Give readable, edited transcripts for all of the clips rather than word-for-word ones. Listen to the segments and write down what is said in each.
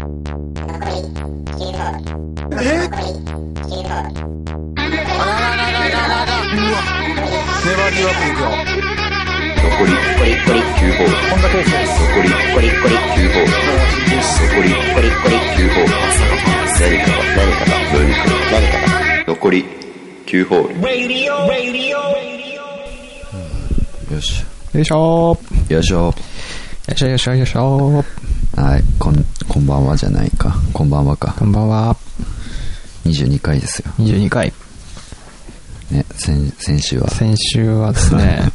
粘りよくいくよ。 残り9ホール。 こんなペースです。 残り9ホール。残り9ホール。何かが残り9ホール。よしよいしょよいしょよいしょよいしょよいしょ。 はい、こんばんはじゃないか、こんばんはか。 こんばんは。 22回ですよ 22回ね。先週はですね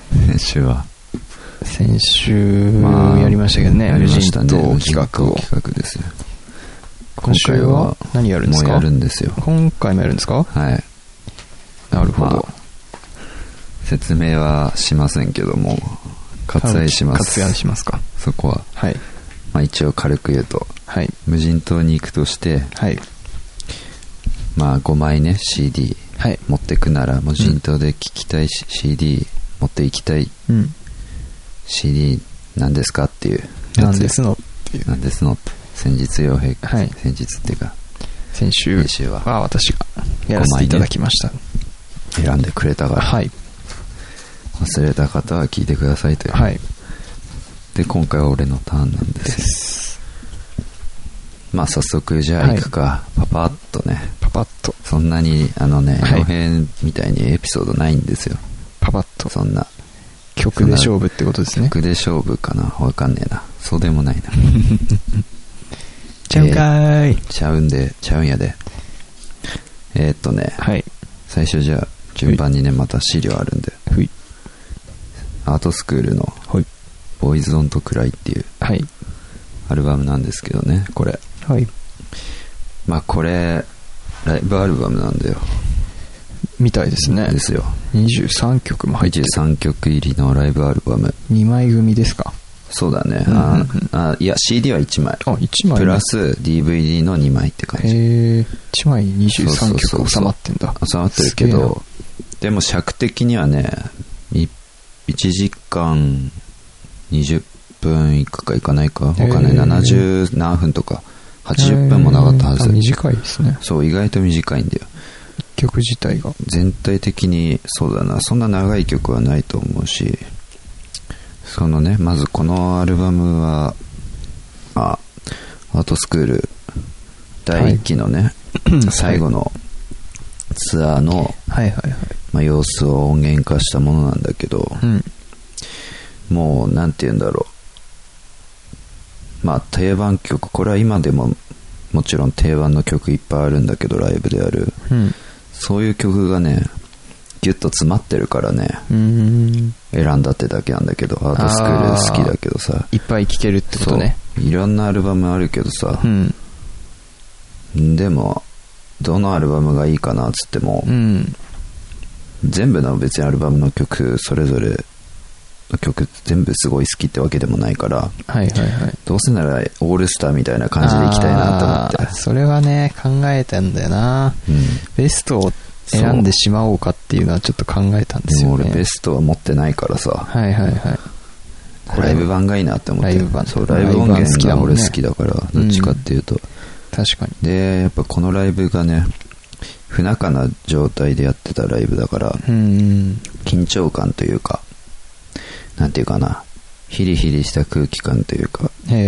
先週やりましたけどね、 やりましたね。 無人島企画ですよ。 今週は何やるんですか？ もうやるんですよ。 今回もやるんですか？ はい。 なるほど、 説明はしませんけども割愛します。 割愛しますか。 そこは、 はい。 一応軽く言うと、 はい、 無人島に行くとして、 はい、 5枚ね CD、はい、持ってくなら無人島で聴きたい、CD 持って行きたい、CD 何ですかっていうやつ。 何ですのっていう。 何ですのって先日傭兵、 はい、 先日っていうか先週は私がやらせていただきました、 選んでくれたから、はい、忘れた方は聞いてくださいという、はい、で今回は俺のターンなんですよ。早速じゃあ行くか、はい、パパッとね。 パパッと。 そんなに傭兵みたいにエピソードないんですよ。 パパッと。 そんな曲で勝負ってことですね。 曲で勝負かな、わかんねえな。そうでもないな。 ちゃうかーい。 ちゃうんやで。 はい、 最初じゃあ順番にね、また資料あるんで、アートスクールのボーイズドントクライっていうアルバムなんですけどね、これ、はい、これライブアルバムなんだよみたいですね。 ですよ。 23曲も入ってる。 23曲入りのライブアルバム。 2枚組ですか？ そうだね。いや CD は1枚。 1枚。 プラス DVD の2枚って感じ。 1枚に23曲収まってんだ。 収まってるけど、でも尺的にはね、1時間20分いくかいかないかわかんない。70何分とか80分もなかったはず。 短いですね。 そう、意外と短いんだよ。 曲自体が全体的に。そうだな、そんな長い曲はないと思うし、そのね、まずこのアルバムはアートスクール第1期のね、最後のツアーの様子を音源化したものなんだけど、もうなんて言うんだろう、定番曲、これは今でももちろん定番の曲いっぱいあるんだけど、ライブである、そういう曲がねギュッと詰まってるからね、選んだってだけなんだけど、アートスクール好きだけどさ、 いっぱい聴けるってことね。 いろんなアルバムあるけどさ、でもどのアルバムがいいかなっつっても、全部の別にアルバムの曲それぞれの曲全部すごい好きってわけでもないから、どうせならオールスターみたいな感じでいきたいなと思って。 それはね考えたんだよな、ベストを選んでしまおうかっていうのはちょっっと考えたんですよね。 俺ベストは持ってないからさ、ライブ版がいいなって思って。ライブ版、そう、ライブ音源が俺好きだから、どっちかっていうと、 確かに。 でやっぱこのライブがね不仲な状態でやってたライブだから、緊張感というか、なんていうかな、ヒリヒリした空気感というか、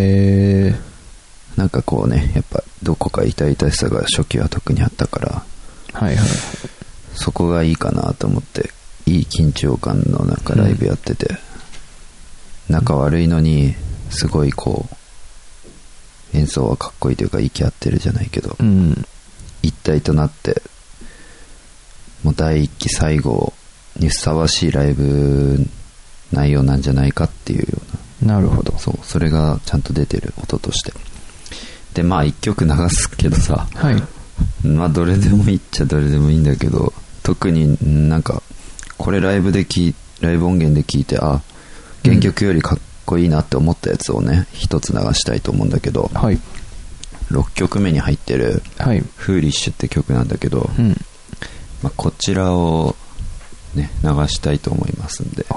なんかこうね、やっぱどこか痛々しさが初期は特にあったから、そこがいいかなと思って、いい緊張感の中ライブやってて、仲悪いのにすごいこう演奏はかっこいいというか息合ってるじゃないけど、一体となってもう第一期最後にふさわしいライブ内容なんじゃないかっていうような。 なるほど。 そう、それがちゃんと出てる音として。でまあ一曲流すけどさ、まあどれでもいいっちゃどれでもいいんだけど、特になんかこれライブ音源で聞いて、あ、原曲よりかっこいいなって思ったやつをね一つ流したいと思うんだけど、6曲目に入ってるフーリッシュって曲なんだけど、まあ、こちらをね流したいと思いますんで、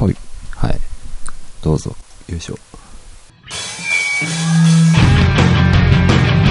どうぞ。よいしょ。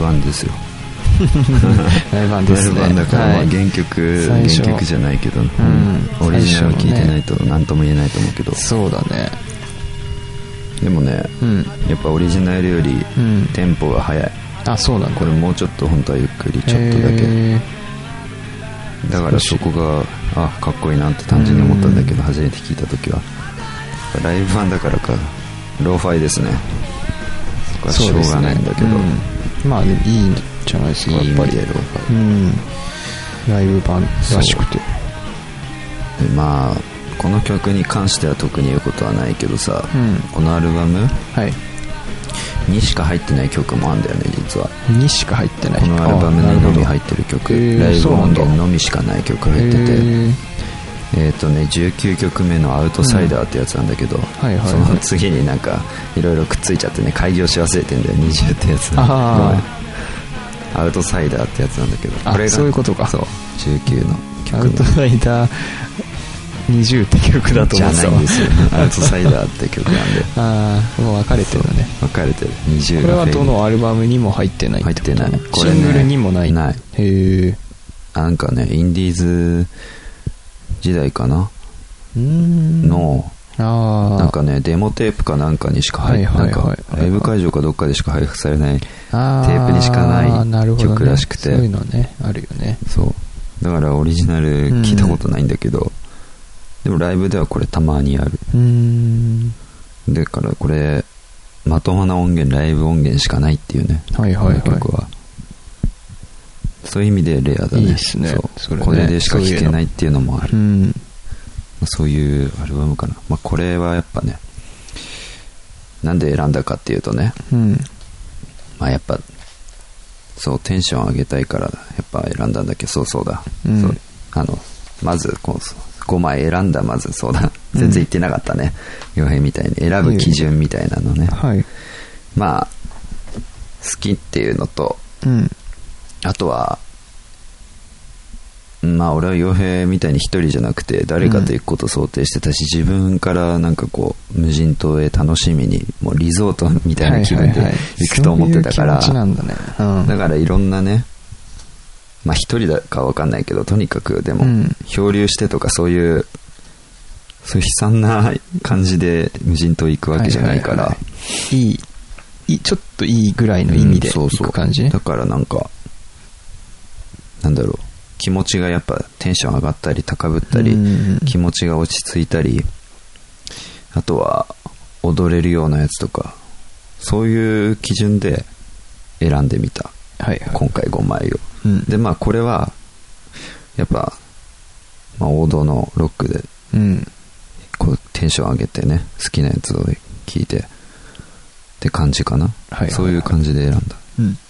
1ですよ。 ライブ1ですね。 ライブ1だから、まあ原曲じゃないけど、オリジナル聞いてないと何とも言えないと思うけど。 そうだね。 でもね、やっぱオリジナルよりテンポが速い。 あ、そうなんだ。 これもうちょっと本当はゆっくりちょっとだけ。だからそこがかっこいいなって単純に思ったんだけど、初めて聞いた時はライブ版だからかローファイですね。そこはしょうがないんだけど、 まあでもいいんじゃないですか、やっぱり。 いい意味でローファイ、 ライブ版らしくて。 でまあこの曲に関しては特に言うことはないけどさ、このアルバムにしか入ってない曲もあるんだよね、実は。 にしか入ってない。 このアルバムにのみ入ってる曲、ライブ音源のみしかない曲入ってて、19曲目のアウトサイダーってやつなんだけど、その次になんかいろいろくっついちゃってね、開業し忘れてんだよ、20ってやつ。アウトサイダーってやつなんだけど、 これがそういうことか。 そう、19の曲。 アウトサイダー20って曲だと思ってたわ。 じゃないんですよ。アウトサイダーって曲なんで。 もう分かれてるね。 分かれてる。20 これはどのアルバムにも入ってないってこと？ 入ってない。 これね、シングルにもない。 ない。 へえ。 なんかね、インディーズ時代かなの、なんかね、デモテープかなんかにしか入ってない、なんかライブ会場かどっかでしか配布されないテープにしかない曲らしくて、 そういうのね、あるよね。 そう。だからオリジナル聞いたことないんだけど、でもライブではこれたまにある。だからこれまともな音源、ライブ音源しかないっていうね、この曲は。そういう意味でレアだね。いいですね。そう、これでしか聴けないっていうのもある。そういうアルバムかな。まあこれはやっぱね、なんで選んだかっていうとね、まあやっぱそうテンション上げたいからやっぱ選んだんだけど、そうだ、そうまずこう5枚選んだ、まずそうだ、全然言ってなかったね、洋平みたいに選ぶ基準みたいなのね、まあ好きっていうのと、あとはまあ俺は洋平みたいに一人じゃなくて誰かと行くことを想定してたし、自分からなんかこう無人島へ楽しみに、もうリゾートみたいな気分で行くと思ってたから、だからいろんなね、まあ一人だかわかんないけど、とにかくでも漂流してとかそういう悲惨な感じで無人島行くわけじゃないから、 ちょっといいぐらいの意味で行く感じ。 だからなんかなんだろう、気持ちがやっぱテンション上がったり高ぶったり、気持ちが落ち着いたり、あとは踊れるようなやつとか、そういう基準で選んでみた、今回5枚を。でまあこれはやっぱ、まあ、王道のロックで、こうテンション上げてね、好きなやつを聴いてって感じかな、そういう感じで選んだ、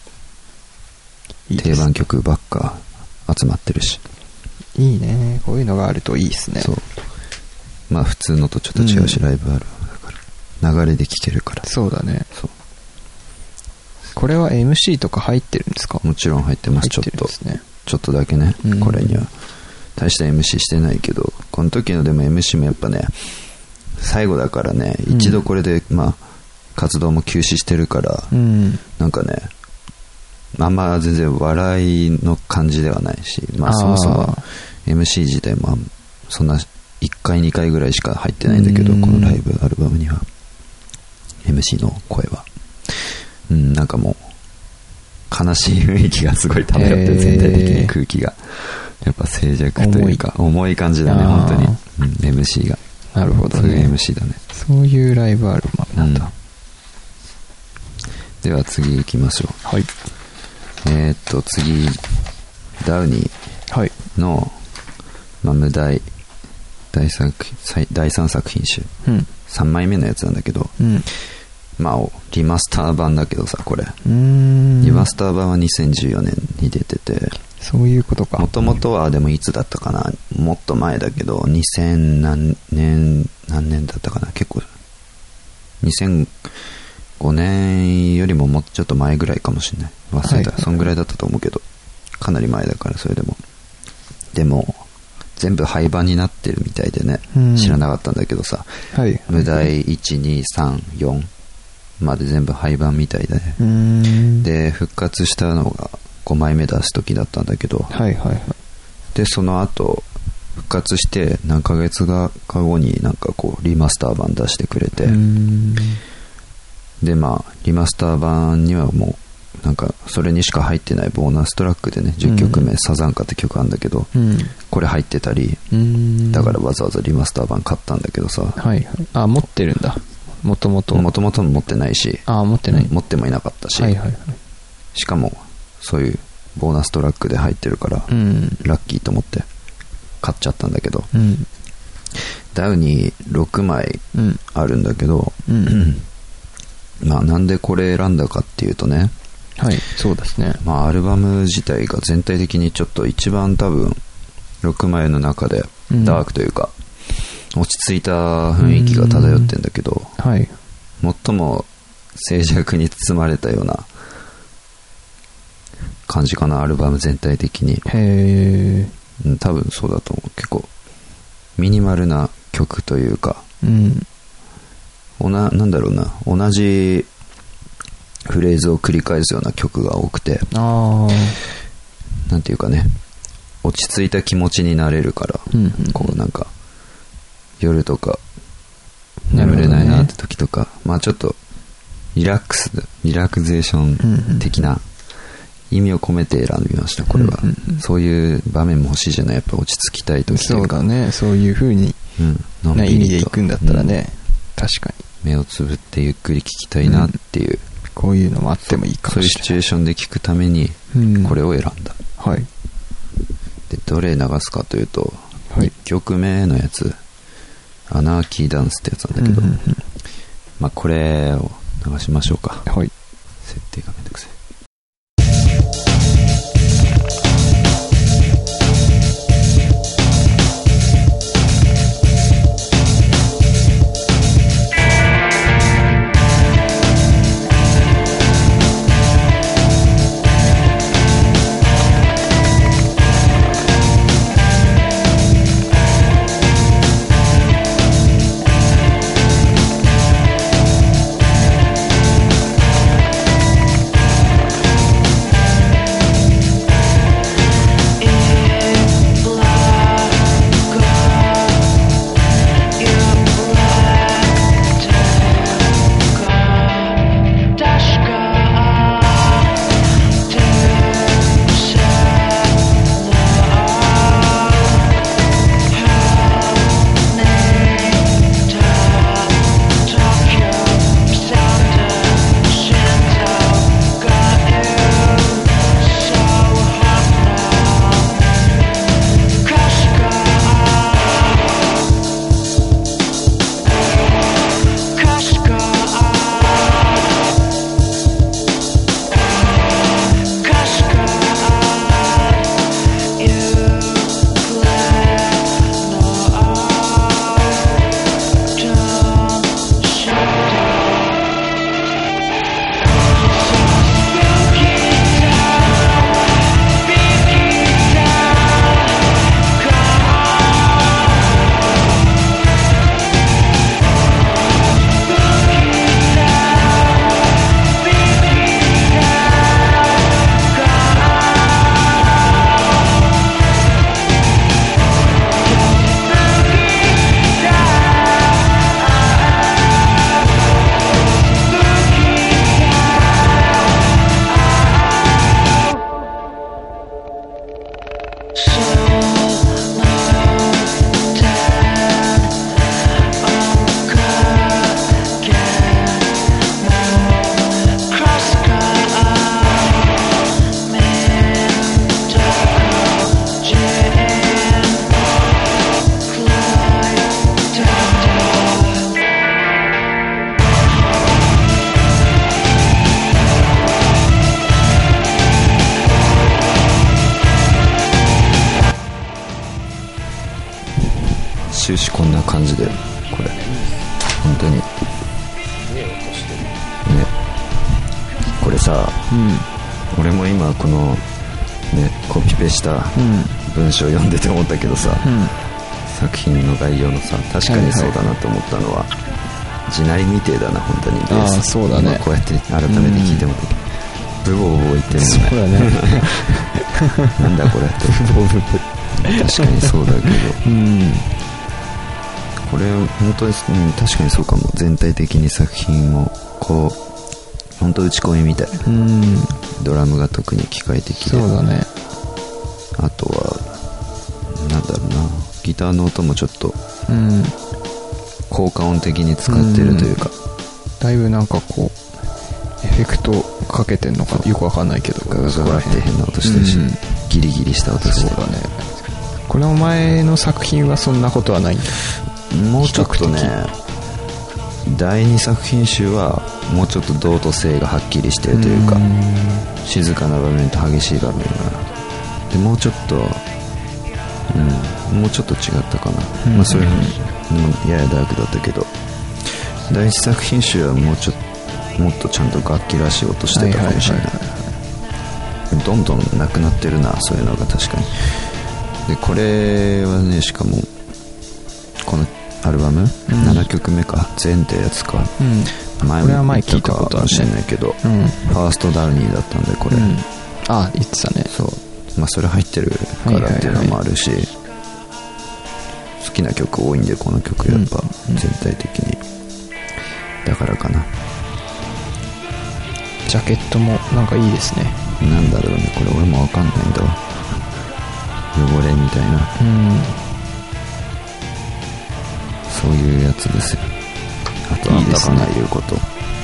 定番曲ばっか集まってるし、 いいね、こういうのがあるといいですね。 そう、まあ普通のとちょっと違うし、ライブあるだから流れで聴けるから。 そうだね。そう、これは MC とか入ってるんですか？ もちろん入ってます。ちょっとだけね、これには大した MC してないけど、この時のでも MC もやっぱね、最後だからね、一度これでまあ活動も休止してるから、なんかね、あんま全然笑いの感じではないし、まあそもそも MC 自体もそんな1回2回ぐらいしか入ってないんだけど、このライブアルバムには MC の声はなんかもう悲しい雰囲気がすごい漂ってる、全体的に空気がやっぱ静寂というか重い感じだね、本当に、MC が。 なるほどね、 そういう MC だね。 そういうライブアルバムなんだ、 では次行きましょう。次ダウニーの、無題第3作品集、3枚目のやつなんだけど、まあリマスター版だけどさ、これリマスター版は2014年に出てて、 そういうことか。 もともとはでもいつだったかな、もっと前だけど2000何年だったかな、結構2005年よりももうちょっと前ぐらいかもしれない、忘れた、そんぐらいだったと思うけど、かなり前だから。それでも全部廃盤になってるみたいでね、知らなかったんだけどさ、無題1、2、3、4 まで全部廃盤みたいでね。で復活したのが5枚目出す時だったんだけど、 はいはいはい。 でその後復活して何ヶ月か後になんかこうリマスター版出してくれて、でまあリマスター版にはもうなんかそれにしか入ってないボーナストラックでね、10曲目サザンカって曲あるんだけど、これ入ってたり、だからわざわざリマスター版買ったんだけどさ。 はいはい。あ、持ってるんだ。もともとも持ってないし、 持ってない、 持ってもいなかったし、 はいはいはい、 しかもそういうボーナストラックで入ってるから、ラッキーと思って買っちゃったんだけど、ダウニー6枚あるんだけど、まあなんでこれ選んだかっていうとね、 はい、そうですね。 まあアルバム自体が全体的にちょっと一番多分6枚の中でダークというか、落ち着いた雰囲気が漂ってんだけど、 はい、 最も静寂に包まれたような感じかな、アルバム全体的に。 へー、 多分そうだと思う。結構ミニマルな曲というか、なんだろうな、同じフレーズを繰り返すような曲が多くて、なんていうかね、落ち着いた気持ちになれるから、こうなんか夜とか眠れないなって時とか、まあちょっとリラクゼーション的な意味を込めて選びました、これは。そういう場面も欲しいじゃない、やっぱ落ち着きたい時というか。 そうだね、そういう風にな意味で行くんだったらね、確かに目をつぶってゆっくり聴きたいなっていう、 こういうのもあってもいいかもしれない。 そういうシチュエーションで聴くためにこれを選んだ。 はい。 でどれ流すかというと、1曲目のやつ、アナーキーダンスってやつなんだけど、まあこれを流しましょうか。 はい。 設定がめんどくさい。終始こんな感じで、これ本当にね、これさ、俺も今このねコピペした文章を読んでて思ったけどさ、作品の概要のさ、確かにそうだなと思ったのは、 地鳴りみてえだな本当に。 ああそうだね。 今こうやって改めて聞いてもブボーボー言ってるもんね。 そうだねなんだこれってブボブボ確かにそうだけどうんこれ本当に、確かにそうかも。全体的に作品をこう本当打ち込みみたい。ドラムが特に機械的で。 そうだね。 あとはなんだろうな、ギターの音もちょっと効果音的に使ってるというか、 だいぶなんかこうエフェクトかけてんのかよくわかんないけど、 ガガガガって変な音してるし、ギリギリした音してる。 そうだね。これお前の作品はそんなことはないんだ。 もうちょっとね、第2作品集はもうちょっと動と性がはっきりしてるというか、静かな場面と激しい場面がで、もうちょっともうちょっと違ったかな、まあそれもややダークだったけど、第1作品集はもっとちゃんと楽器らしい音してたかもしれない。どんどんなくなってるな、そういうのが。確かに。でこれはね、しかもこのアルバム、7曲目か、全ってやつか、 これは前聞いたことあるかもしれないけど、ファーストダウニーだったんでこれ、 あ言ってたね。 そう、まあそれ入ってるからっていうのもあるし、好きな曲多いんでこの曲やっぱ全体的に、だからかな。 ジャケットもなんかいいですね。 なんだろうね、これ俺もわかんないんだわ。汚れみたいな、そういうやつですよ。あとあんたかな言うこと。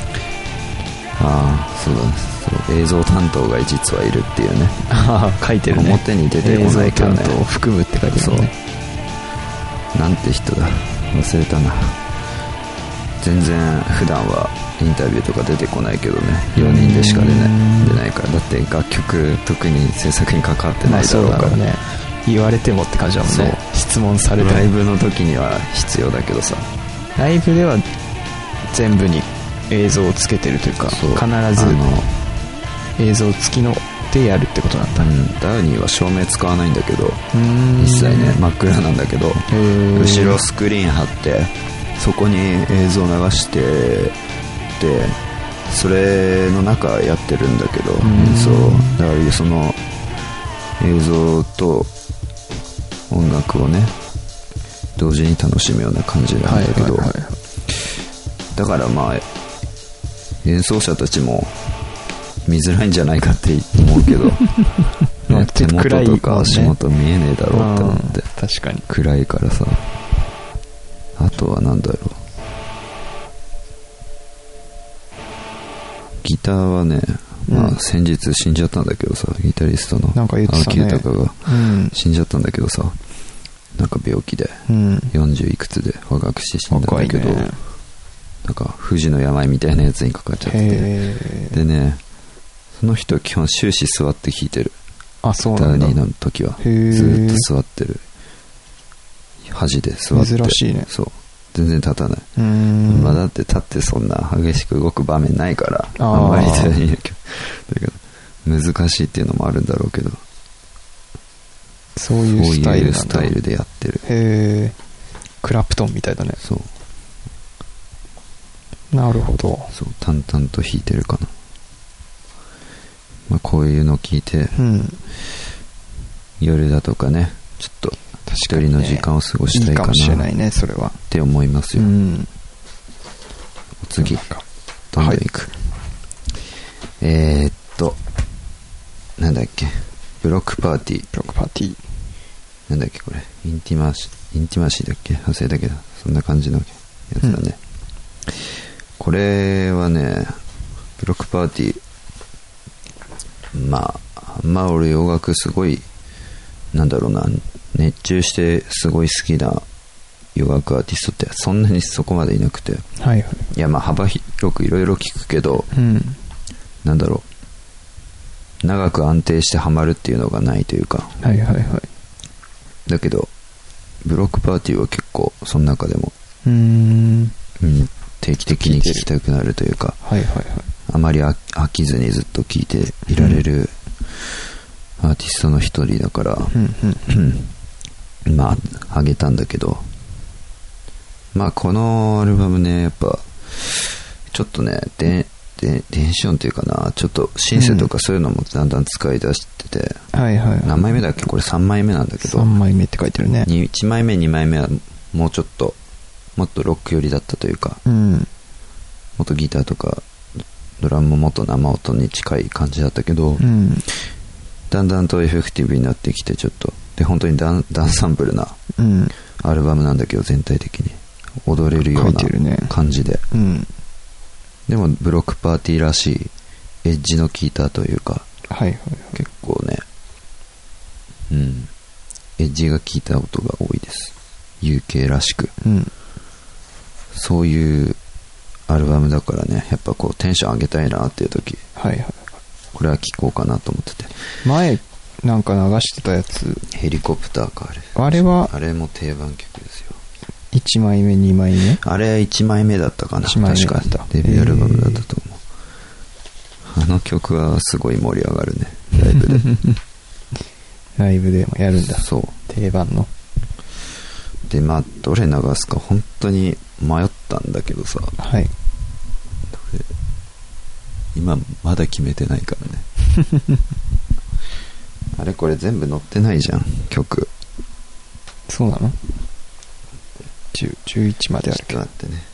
ああそうだね、そう映像担当が実はいるっていうね。 ああ書いてるね。 表に出てこないけどね。 映像担当を含むって書いてるね。 なんて人だ、忘れたな。全然普段はインタビューとか出てこないけどね、4人でしか出ないから。だって楽曲特に制作に関わってないだろうから、 ね、言われてもって感じだもんね。質問されてライブの時には必要だけどさ、 ライブでは全部に映像をつけてるというか、必ず映像付きのでやるってことなんだ。 ダウニーは照明使わないんだけど、一切ね、真っ暗なんだけど、後ろスクリーン貼ってそこに映像流してで、それの中やってるんだけど、そうだからその映像と音楽をね同時に楽しむような感じなんだけど、だからまあ演奏者たちも見づらいんじゃないかって思うけどね、手元とか足元見えねえだろうって思って。 確かに暗いからさ。あとはなんだろう、ギターはね、まあ先日死んじゃったんだけどさ、ギタリストの青木豊が死んじゃったんだけどさ、なんか病気で40いくつで若くして死んだんだけど、なんか不治の病みたいなやつにかかっちゃってて、でね、その人は基本終始座って弾いてる。 あ、そうなんだ。 ダウニーの時はずっと座ってる、端で座って。 珍しいね。 そう、全然立たない。まあだって立ってそんな激しく動く場面ないから、あんまり言ってないんだけど、だけど難しいっていうのもあるんだろうけど、 そういうスタイルなんだ。 そういうスタイルでやってる。 へえ、クラプトンみたいだね。 そう、 なるほど。 そう、淡々と弾いてるかな。まあこういうの聞いて、夜だとかね、ちょっと一人の時間を過ごしたいかな、いいかもしれないね、それはって思いますよ。お次どんどんいく、なんだっけ、ブロックパーティーなんだっけこれ、インティマシーだっけ、忘れたけど、そんな感じのやつだね。これはね、ブロックパーティー、まあ俺洋楽すごい、なんだろうな、熱中してすごい好きな洋楽アーティストってそんなにそこまでいなくて、いやまあ幅広くいろいろ聞くけど、なんだろう、長く安定してハマるっていうのがないというか、だけどブロックパーティーは結構その中でも定期的に聴きたくなるというか、あまり飽きずにずっと聴いていられるアーティストの一人だから、まああげたんだけど、まあこのアルバムね、やっぱちょっとね、電子音っていうかな、ちょっとシンセとかそういうのもだんだん使い出してて、 はいはい。 何枚目だっけ、これ3枚目なんだけど、 3枚目って書いてるね。 1枚目2枚目はもうちょっともっとロック寄りだったというか、 うん、 もっとギターとかドラムももっと生音に近い感じだったけど、 うん、 だんだんとエフェクティブになってきて、ちょっとで本当にダンサンプルなアルバムなんだけど、全体的に踊れるような感じで、 うん、 でもブロックパーティーらしいエッジの効いたというか、 はいはいはい、 結構ね、うん、エッジが効いた音が多いです。 UK らしく、 うん、 そういうアルバムだからね、やっぱこうテンション上げたいなっていう時、 はいはい、 これは聴こうかなと思ってて。 前なんか流してたやつ、 ヘリコプターか、あれも定番曲ですよ。 1枚目2枚目、 あれ1枚目だったかな、 1枚目確かデビューアルバムだったと思う。あの曲はすごい盛り上がるね、ライブでライブでもやるんだ。 そう、 定番ので、まあどれ流すか本当に迷ったんだけどさ、 はい、 今まだ決めてないからねあれこれ全部載ってないじゃん、曲。 そうなの？11まであるけど。 ちょっと待ってね。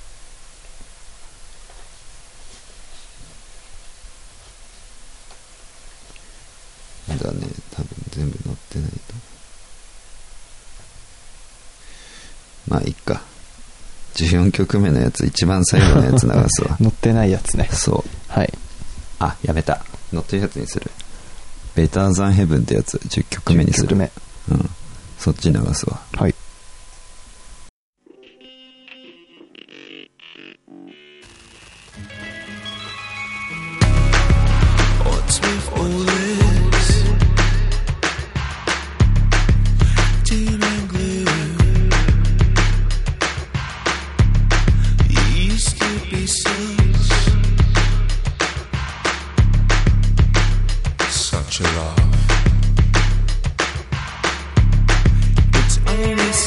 だね、多分全部載ってないと。まあいいか。14曲目のやつ、一番最後のやつ流すわ載ってないやつね。 そう、 はい。 あ、やめた、載ってるやつにする。ベターザンヘブンってやつ10曲目にする。10曲目、うん、そっち流すわ。 はい。 Such a love. It's only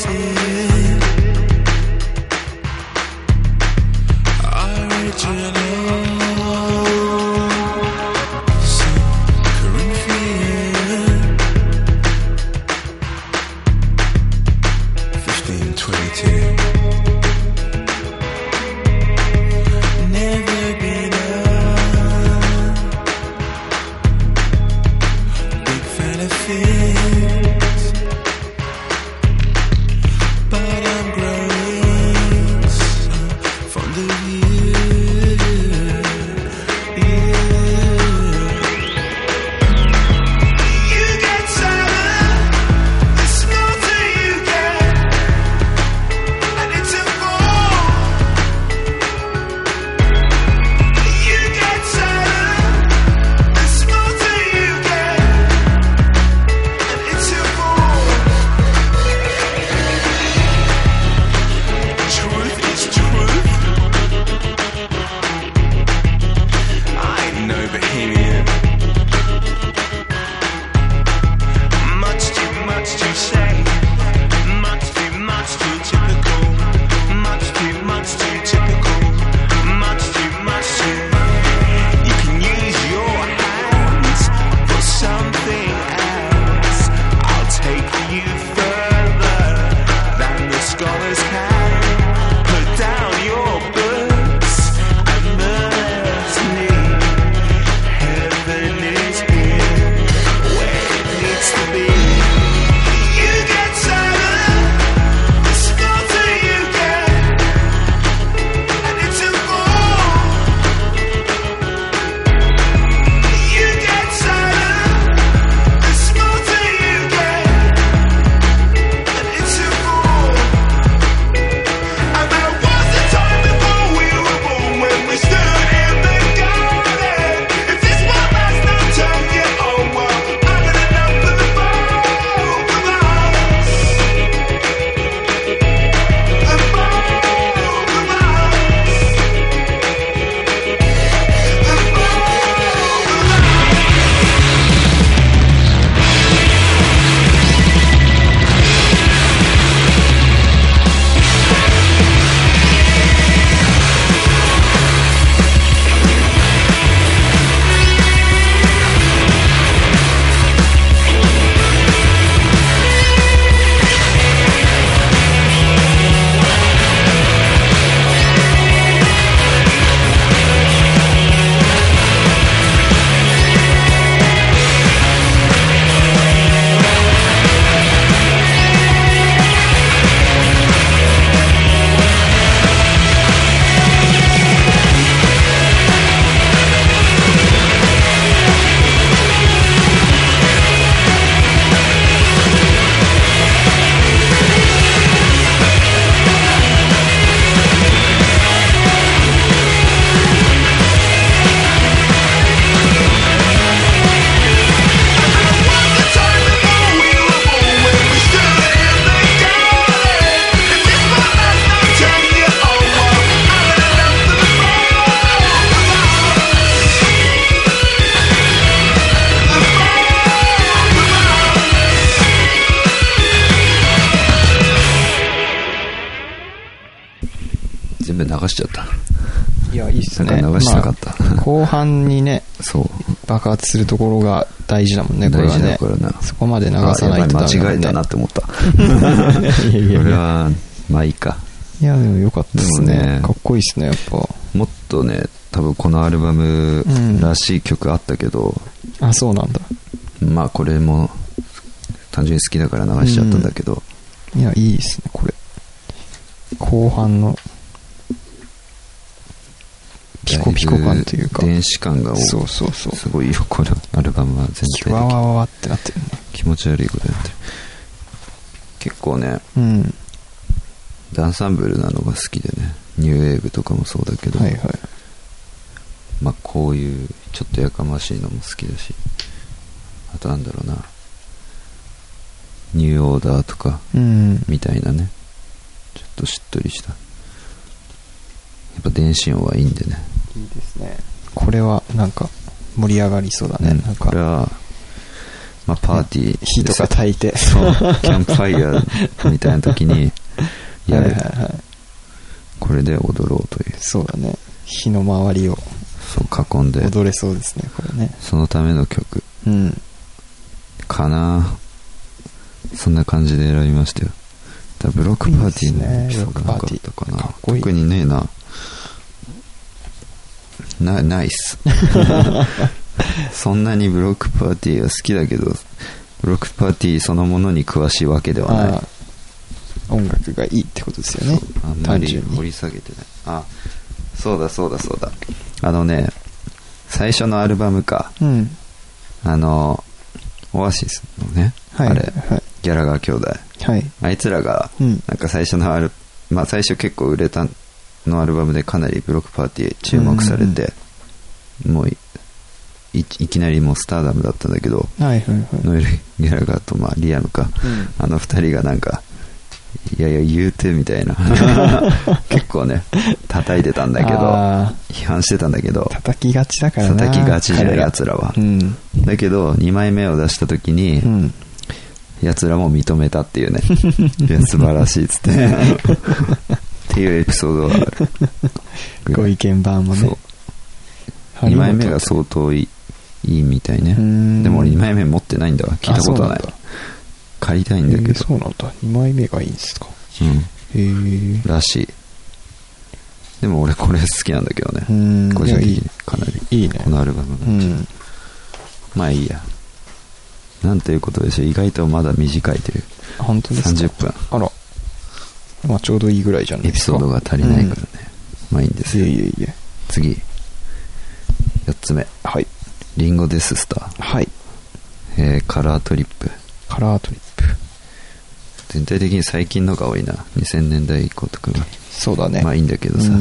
しちゃった。 いや、いいっすね。 流したかった、 まあ、後半にね、 そう爆発するところが大事だもんね、これはね。 大事だからな。 そこまで流さないとダメだ、ね、 間違えたなって思った。 いやいや、 これはまあいいか。 いや、でもよかったですね。かっこいいっすね、やっぱ。 もっとね、多分このアルバムらしい曲あったけど、 あ、そうなんだ。 まあこれも単純に好きだから流しちゃったんだけど、 いや、いいですね、これ。後半のピコピコ感というか、 電子感がそうそうそう、 すごいよ、このアルバムは全体的に。 わわわわってなってるね。 気持ち悪いことやってる。結構ね、ダンサンブルなのが好きでね、ニューウェーブとかもそうだけど、はいはい、まあこういうちょっとやかましいのも好きだし、あとなんだろうな、ニューオーダーとかみたいなね、ちょっとしっとりした、やっぱ電子音はいいんでね。 いいですね。これはなんか盛り上がりそうだね。なんかこれはまあパーティー、 火とか焚いて、 そうキャンプファイヤーみたいな時にやる。はいはいはい、これで踊ろうという。 そうだね。火の周りをそう囲んで踊れそうですね、これね。 そのための曲、かな。そんな感じで選びましたよ。だブロックパーティーね。ブロックパーティーかな。かっこいい。特にねえな。ナイス。そんなにブロックパーティーは好きだけど、ブロックパーティーそのものに詳しいわけではない。 音楽がいいってことですよね。 あんまり掘り下げてない。あ、そうだ。あのね、最初のアルバムか。オアシスのね、はい、あれ、はい、ギャラガー兄弟。はい、あいつらが、なんか最初のまあ最初結構売れたのアルバムでかなりブロックパーティー注目されて、もういきなりもうスターダムだったんだけど、はいはいはい、ノエル・ギャラガーと、まあ、リアムか、あの二人がなんか、いやいや言うてみたいな結構ね叩いてたんだけど、批判してたんだけど、 叩きがちだからな、 叩きがちじゃんやつらは、だけど2枚目を出した時に、やつらも認めたっていうねいや素晴らしいっつってっていうエピソードがある。 ご意見番もね。 2枚目が相当いいみたいね。でも俺2枚目持ってないんだわ。聞いたことない。借りたいんだけど。 そうなんだ。2枚目がいいんですか。 らしい。でも俺これ好きなんだけどね。個人的にかなりいいね。このアルバムが。まあいいや。なんていうことでしょう。意外とまだ短いという。 本当ですか。 30分。 あら。まあちょうどいいぐらいじゃないですか。 エピソードが足りないからね。まあいいんですよ。次。4つ目。はい。リンゴデススター。はい。カラートリップ。 カラートリップ。 全体的に最近のが多いな。2000年代以降とかが。 そうだね。 まあいいんだけどさ。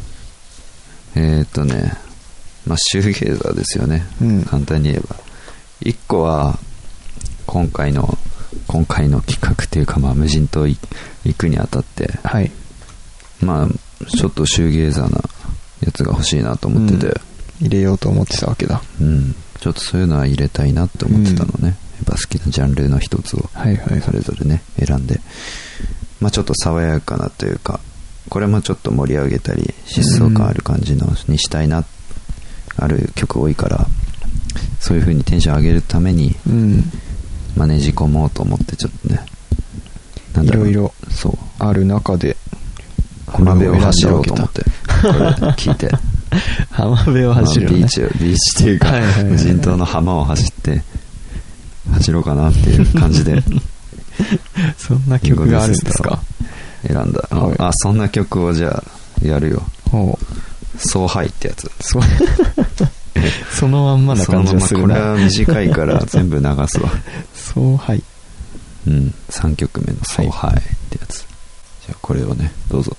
まあシューゲーザーですよね。簡単に言えば。1個は、今回の企画というか、まあ無人島行くにあたって、はい。まあ、ちょっとシューゲーザーなやつが欲しいなと思ってて。 入れようと思ってたわけだ。 ちょっとそういうのは入れたいなって思ってたのね。やっぱ好きなジャンルの一つをそれぞれね選んで、まあちょっと爽やかなというか、これもちょっと盛り上げたり疾走感ある感じのにしたいな、ある曲多いから、そういう風にテンション上げるために、まあねじ込もうと思ってちょっとね、 いろいろある中で浜辺を走ろうと思ってこれ聞いて浜辺を走る、ね、 ビーチっていうか、無人島の浜を走ろうかなっていう感じでそんな曲があるんですか。 選んだ、あ、そんな曲をじゃあやるよ。ソーハイってやつそのまんまな感じがするな。 これは短いから全部流すわ。 ソーハイ、 3曲目のソーハイってやつ、じゃあこれをねどうぞ。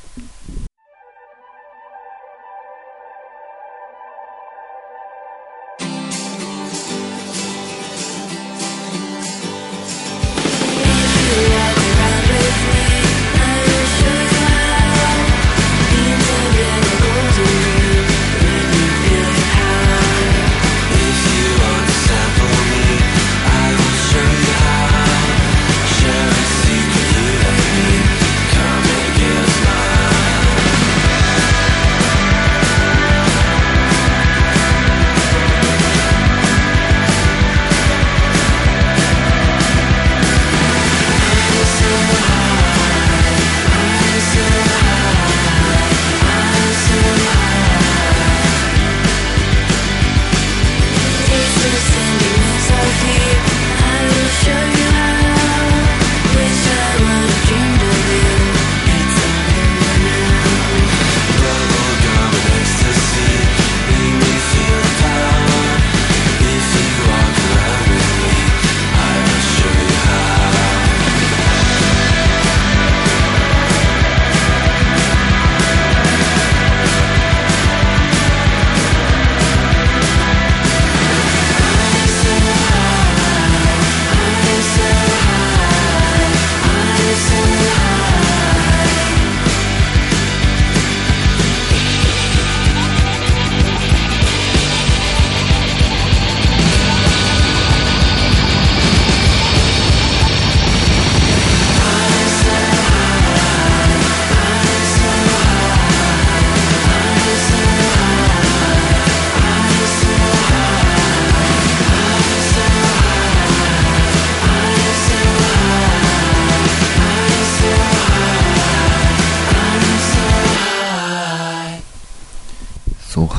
Share a secret you let me come and guess my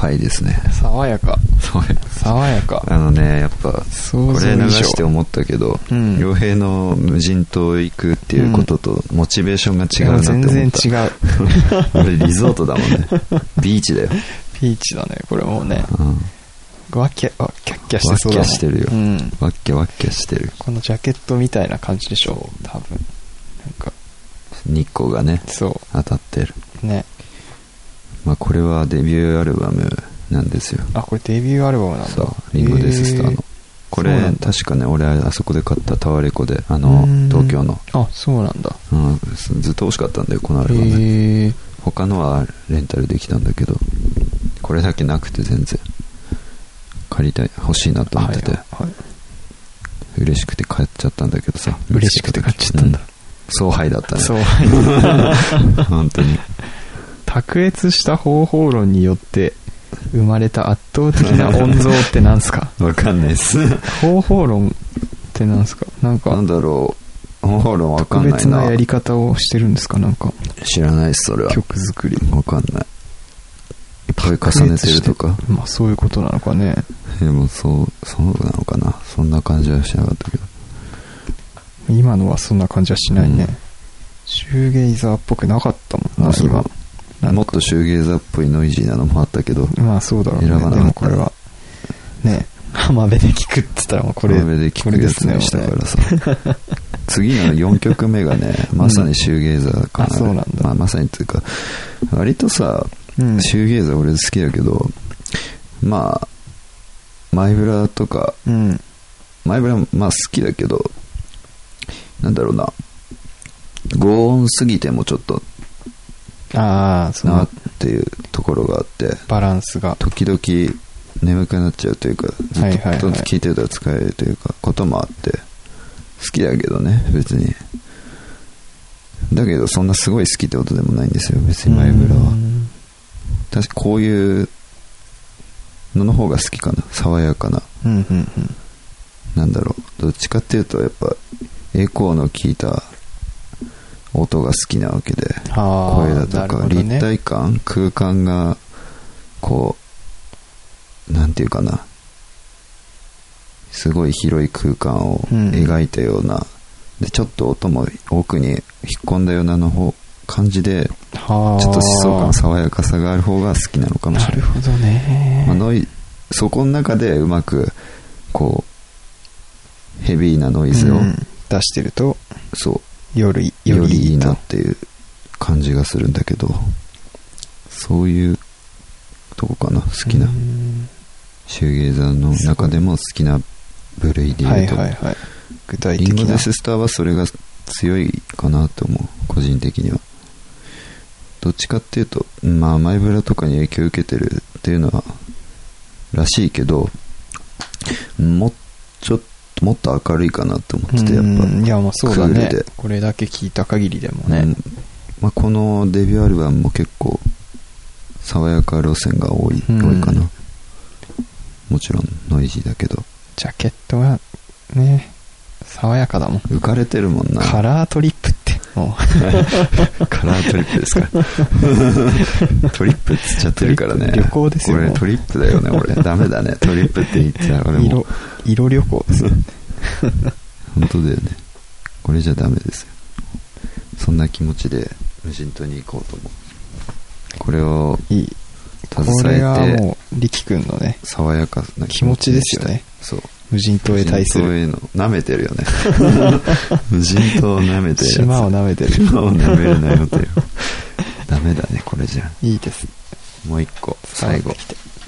はいですね。 爽やか。爽やか。 やっぱこれ流して思ったけど、傭兵の無人島行くっていうこととモチベーションが違うなって思った。 全然違う。 俺リゾートだもんね。ビーチだよ。 ビーチだね、これもうね。ワッキャッキャしてそうだもん。 ワッキャしてるよ。ワッキャワッキャしてる。 このジャケットみたいな感じでしょ、多分。なんか日光がね、 そう当たってる。 ね。 まあこれはデビューアルバムなんですよ。 あ、これデビューアルバムなんだ。 そう、リンゴデススターの。これ確かね、俺あそこで買ったタワレコで、東京の。 あ、そうなんだ。 ずっと欲しかったんだよ、このアルバム。他のはレンタルできたんだけど、これだけなくて全然借りたい、欲しいなと思ってて、嬉しくて買っちゃったんだけどさ。 嬉しくて買っちゃったんだ。 総配だったね。 総配だった。 本当に。 卓越した方法論によって生まれた圧倒的な音像ってなんすか？ わかんないです。 方法論ってなんすか？なんだろう。方法論わかんないな。 特別なやり方をしてるんですか？なんか知らないです、それは。 曲作りわかんない。いっぱい重ねてるとか。 まあそういうことなのかね。 でもそうなのかな。そんな感じはしなかったけど。 今のはそんな感じはしないね。シューゲイザーっぽくなかったもんな、今。 もっとシューゲイザーっぽいノイジーなのもあったけど。 まあそうだろうね。 選ばなかった。 でもこれはね、浜辺で聴くって言ったらもうこれ浜辺で聴くやつにしたからさ。次の4曲目がね、まさにシューゲイザーかな。 そうなんだ。 まあまさにっていうか、割とさ、シューゲイザー俺好きだけど、まあマイブラとか、マイブラまあ好きだけど、なんだろうな、強音すぎてもちょっとなっていうところがあって、 バランスが時々眠くなっちゃうというか、ずっと聴いてたら疲れるというかこともあって、好きだけどね、別に。だけどそんなすごい好きってことでもないんですよ、別にマイブラは。確かこういうのの方が好きかな、爽やかな。なんだろう、どっちかっていうとやっぱエコーの効いた音が好きなわけで、声だとか、立体感、空間がこうなんていうかな、すごい広い空間を描いたような、でちょっと音も奥に引っ込んだような感じで、ちょっと疾走感、爽やかさがある方が好きなのかもしれない。 なるほどね。 そこの中でうまくこうヘビーなノイズを出してると、 そうよりいいなっていう感じがするんだけど、そういうとこかな、好きな。シューゲイザーの中でも好きな部類で言うと、 具体的な。 リンゴデススターはそれが強いかなと思う、個人的には。どっちかっていうと、まあマイブラとかに影響を受けてるっていうのはらしいけど、もっと明るいかなと思ってて、やっぱ。 いや、まあそうだね。これだけ聞いた限りでもね。 まあ、このデビューアルバムも結構爽やか路線が多いかな。もちろんノイジーだけど。 ジャケットはね、爽やかだもん。 浮かれてるもんな。 カラートリップってもうカラートリップですか。トリップって言っちゃってるからね。 旅行ですよ。 これトリップだよね、俺。ダメだね、トリップって言っちゃう。俺も色旅行ですよ。 本当だよね。これじゃダメですよ。そんな気持ちで無人島に行こうと思う。これを携えて、これはもう力くんのね、 爽やかな気持ちですよね。 そう。 無人島へ対する。 無人島への舐めてるよね。無人島を舐めてるやつ。 島を舐めてる。 島を舐めるなよってよ。ダメだね、これじゃ。 いいです。 もう一個、最後。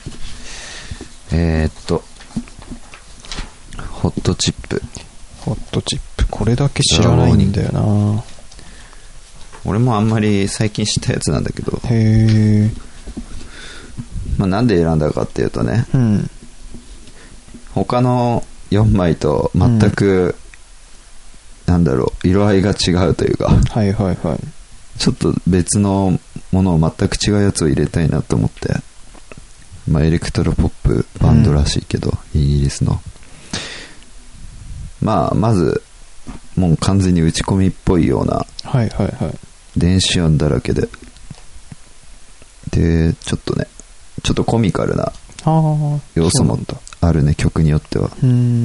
ホットチップ。 ホットチップ。これだけ知らないんだよな。 俺もあんまり最近知ったやつなんだけど。 へー。 まあなんで選んだかっていうとね。他の4枚と全く、なんだろう、色合いが違うというか。 はいはいはい。 ちょっと別のものを全く違うやつを入れたいなと思って。まあエレクトロポップバンドらしいけど、イギリスの。まあまずもう完全に打ち込みっぽいような、 はいはいはい、 電子音だらけで、でちょっとねちょっとコミカルな要素もあるね、曲によっては。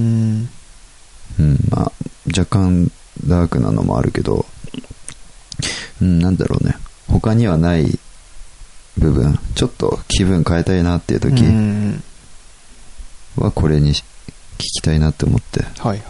まあ若干ダークなのもあるけど、なんだろうね、他にはない部分、ちょっと気分変えたいなっていう時はこれに聞きたいなって思って。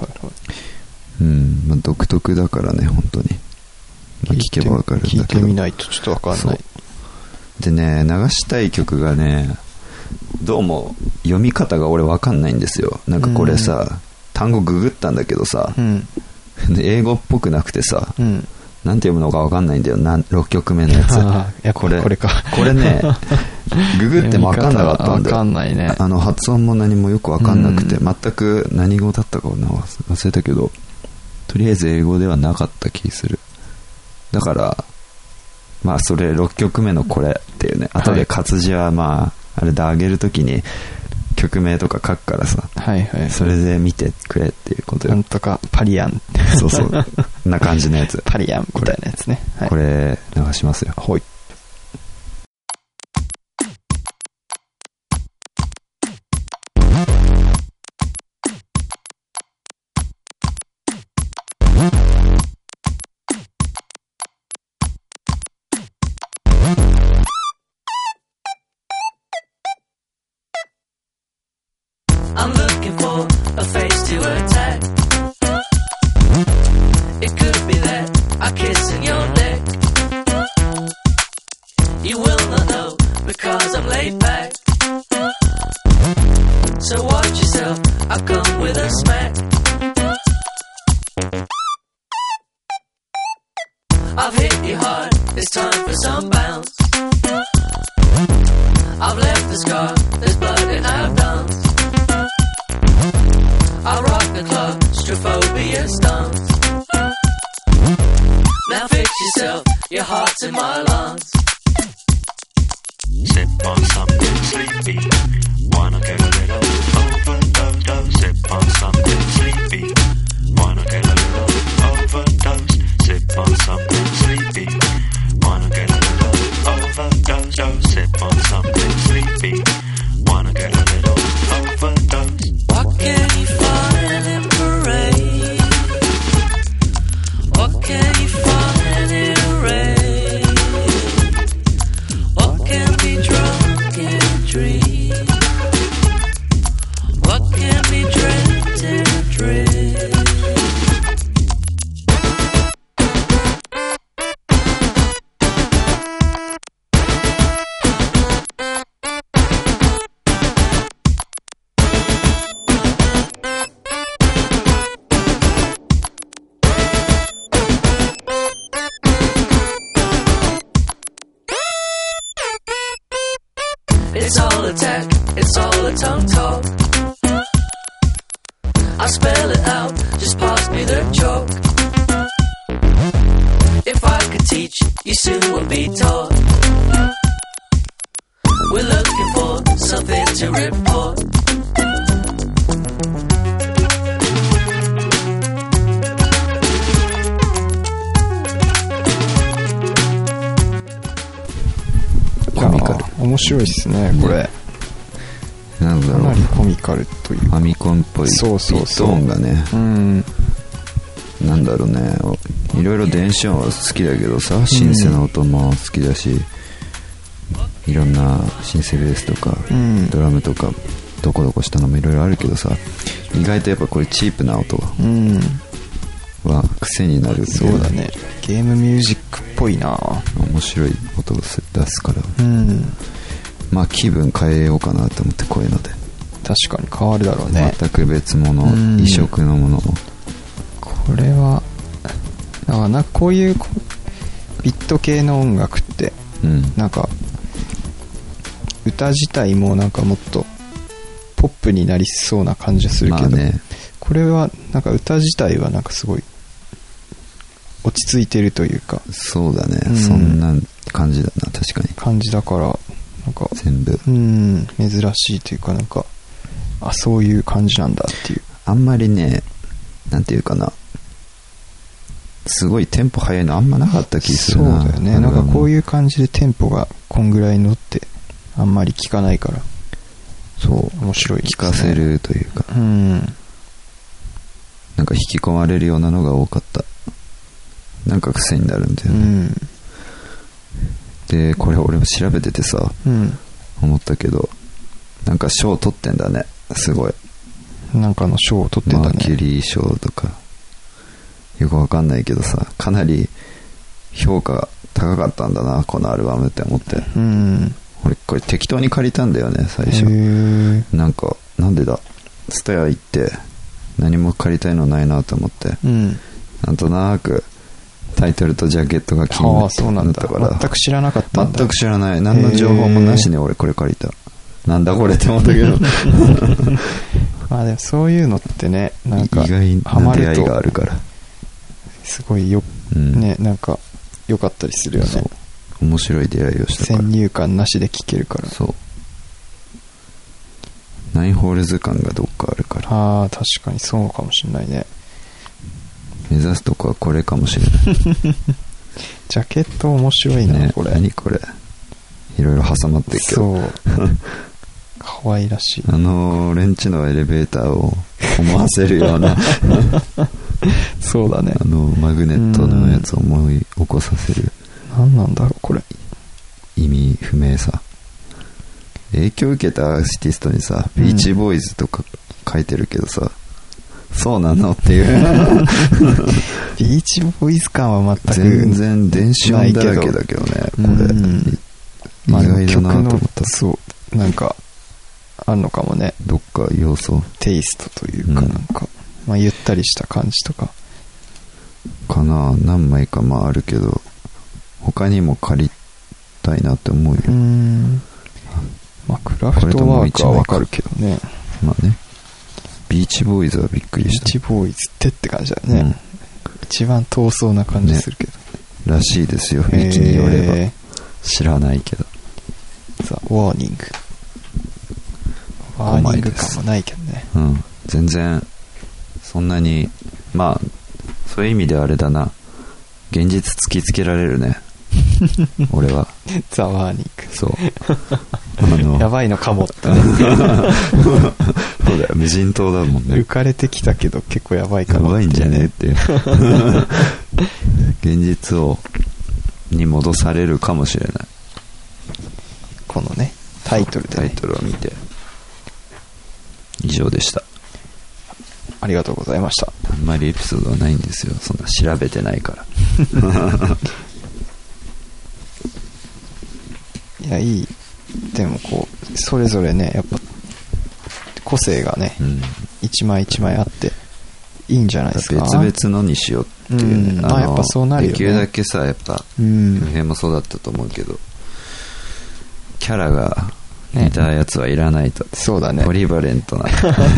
まあ、独特だからね、本当に。まあ、聞けばわかるんだけど。 聞いてみないとちょっとわかんない。 でね、流したい曲がね、どうも読み方が俺わかんないんですよ。なんかこれさ、単語ググったんだけどさ、英語っぽくなくてさ、なんて読むのかわかんないんだよ。6曲目のやつ。 いや、これか。 これね、ググってもわかんなかったんだよ。 わかんないね。 発音も何もよくわかんなくて、全く何語だったか忘れたけど、とりあえず英語ではなかった気する。だから、まあそれ6曲目のこれっていうね、後で活字はまあ、あれで上げるときに曲名とか書くからさ、それで見てくれっていうことよ。 なんとかパリアン。 そうそう。な感じのやつ。 パリアンみたいなやつね。 これ流しますよ。 はい。 I'm looking for a face to attack. It could be that I kiss in your neck. You will not know because I'm laid back. So watch yourself, I'll come with a smack. I've hit you hard, it's time for some bounce. I've left the scar, there's blood and I've danced. I rock the club, Strophobia stance. Now fix yourself, your heart's in my lungs. Sip on something sleepy, wanna get a little overdose. Sip on something sleepy, wanna get a little overdose. Sip on something sleepy, wanna get a little overdose. Sip on something sleepy, wanna get a little overdose. What can you find in parade? What can you find in a raid? What can be drunk in a dream? What can be dreamt in a dream? It's all attack, it's all a tongue talk. I spell it out, just pass me the chalk. If I could teach, you soon will be taught. We're looking for something to report. コミカル。 面白いっすね、これ。 なんだろう。 かなりコミカルというか。 ファミコンっぽいビット音がね。なんだろうね。いろいろ電子音は好きだけどさ、シンセの音も好きだし、いろんなシンセベースとか、ドラムとか、どこどこしたのもいろいろあるけどさ、意外とやっぱこれチープな音は癖になるんで。 そうだね。ゲームミュージックっぽいな。 面白い音を出すから。まあ気分変えようかなと思って、こういうので。 確かに変わるだろうね。 全く別物、異色のものを。 これはなんかこういうビット系の音楽って、なんか歌自体もなんかもっとポップになりそうな感じがするけど、これはなんか歌自体はなんかすごい落ち着いてるというか。 そうだね、そんな感じだな。確かに感じだから、なんか全部珍しいというか、なんかそういう感じなんだっていう。 あんまりね、なんていうかな、すごいテンポ速いのあんまなかった気するな。 そうだよね。なんかこういう感じでテンポがこんぐらいのってあんまり聞かないから。 そう面白いですね。 聞かせるというか、 うん。 なんか引き込まれるようなのが多かった。なんか癖になるんだよね。 うん。 で、これ俺も調べててさ、 うん。 思ったけど、なんか賞取ってんだね。すごい。 なんかの賞を取ってんだね。 マーキュリー賞とか。よくわかんないけどさ、かなり評価高かったんだな、このアルバムって思って。 うん。 俺これ適当に借りたんだよね、最初。なんか、なんでだ。ツタヤ行って、何も借りたいのないなと思って。 うん。 なんとなく、タイトルとジャケットが気になったから。 全く知らなかったんだ。 全く知らない。何の情報もなしに俺これ借りた。なんだこれって思ったけど。 まあでもそういうのってね、なんか、 意外な出会いがあるから。 すごいよ、ね、なんか、良かったりするよね。そう。 面白い出会いをしたから。 先入観なしで聴けるから。 そう。ナインホールズ感がどっかあるから。 ああ、確かにそうかもしれないね。 目指すとこはこれかもしれない。 ジャケット面白いな、 ね、 これ。 何これ。いろいろ挟まってるけど。 そう。可愛らしい。 レンチのエレベーターを思わせるような。 そうだね。 マグネットのやつを思い起こさせる。 何なんだろう、これ。 意味不明さ。影響を受けたアーティストにさ、ビーチボーイズとか書いてるけどさ、そうなのっていう。 ビーチボーイズ感は全く全然電子音だらけだけどね、これ。意外だなと思った。 そう、なんか、あんのかもね。 どっか要素。 テイストというか、なんか、まあゆったりした感じとか。 かな、何枚かまああるけど、他にも借りたいなって思うよ。 まあクラフトワークはわかるけどね。 まあね。ビーチボーイズはびっくりした。 ビーチボーイズってって感じだよね。一番遠そうな感じするけど。 ね、らしいですよ、雰囲気によれば。知らないけど。 さあ、ワーニング。ワーニング感もないけどね。 うん。全然、そんなに、まあ、そういう意味ではあれだな。現実突きつけられるね。俺は。 ザ・ワーニング。 そう。 やばいのかもって。 そうだよ、無人島だもんね。 浮かれてきたけど結構やばいかも。 やばいんじゃねっていう。現実に戻されるかもしれない。 このね、タイトルで、ね。 タイトルを見て。以上でした。 ありがとうございました。 あんまりエピソードはないんですよ。そんな調べてないから。 いや、いい。でもこう、それぞれね、やっぱ、個性がね、一枚一枚あって、いいんじゃないですか。 別々のにしようっていうね。 まあやっぱそうなるよね。 できるだけさ、やっぱ、普遍もそうだったと思うけど、キャラが似たやつはいらないと。 そうだね。 ポリバレントな。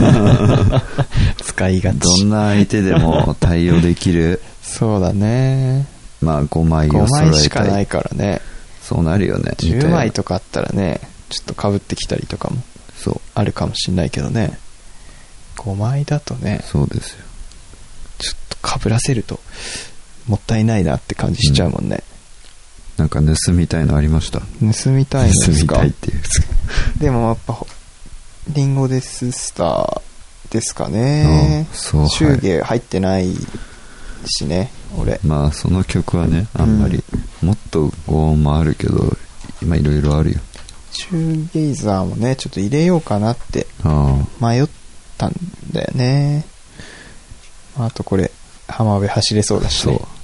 使いがち。 どんな相手でも対応できる。 そうだね。 まあ5枚を揃えたい。 5枚しかないからね。 そうなるよね。 10枚とかあったらね、ちょっと被ってきたりとかもあるかもしれないけどね。5枚だとね、 そうですよ。 ちょっと被らせるともったいないなって感じしちゃうもんね。 なんか盗みたいのありました？ 盗みたいのですか？ 盗みたいっていう。 でもやっぱリンゴデススターですかね。 そう。 祝儀入ってないしね、俺。 まあその曲はね、あんまり、もっと5音もあるけど、今いろいろあるよ。 シューゲイザーもね、ちょっと入れようかなって迷ったんだよね。あとこれ浜辺走れそうだしね。そう。